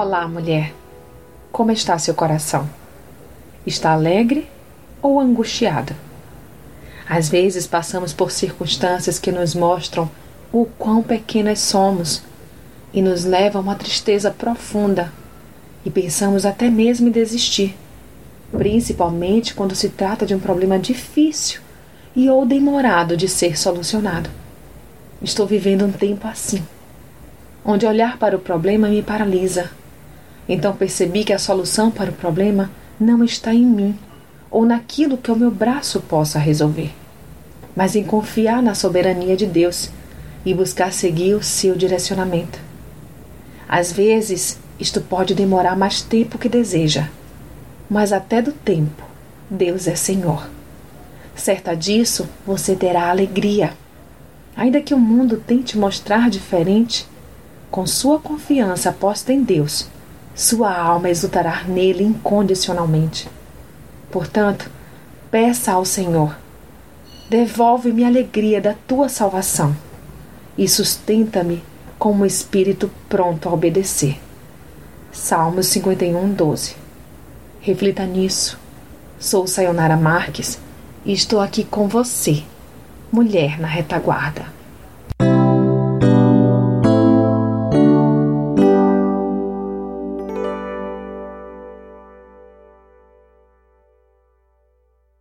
Olá, mulher. Como está seu coração? Está alegre ou angustiado? Às vezes passamos por circunstâncias que nos mostram o quão pequenas somos e nos levam a uma tristeza profunda e pensamos até mesmo em desistir, principalmente quando se trata de um problema difícil e ou demorado de ser solucionado. Estou vivendo um tempo assim, onde olhar para o problema me paralisa. Então percebi que a solução para o problema não está em mim ou naquilo que o meu braço possa resolver, mas em confiar na soberania de Deus e buscar seguir o seu direcionamento. Às vezes, isto pode demorar mais tempo que deseja, mas até do tempo, Deus é Senhor. Certa disso, você terá alegria. Ainda que o mundo tente mostrar diferente, com sua confiança posta em Deus, sua alma exultará nele incondicionalmente. Portanto, peça ao Senhor: devolve-me a alegria da tua salvação e sustenta-me com um espírito pronto a obedecer. Salmos 51:12. Reflita nisso. Sou Sayonara Marques e estou aqui com você, mulher na retaguarda.